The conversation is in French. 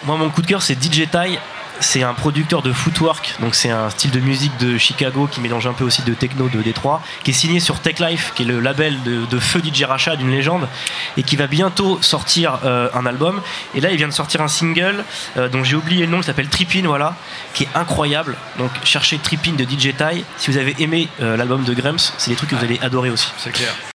Moi, mon coup de cœur, c'est DJ Ty. C'est un producteur de footwork, donc c'est un style de musique de Chicago qui mélange un peu aussi de techno de Détroit, qui est signé sur Tech Life, qui est le label de feu DJ Racha, d'une légende, et qui va bientôt sortir un album. Et là, il vient de sortir un single dont j'ai oublié le nom, qui s'appelle Trippin, voilà, qui est incroyable. Donc cherchez Trippin de DJ Ty. Si vous avez aimé l'album de Grumps, c'est des trucs que vous allez adorer aussi. C'est clair.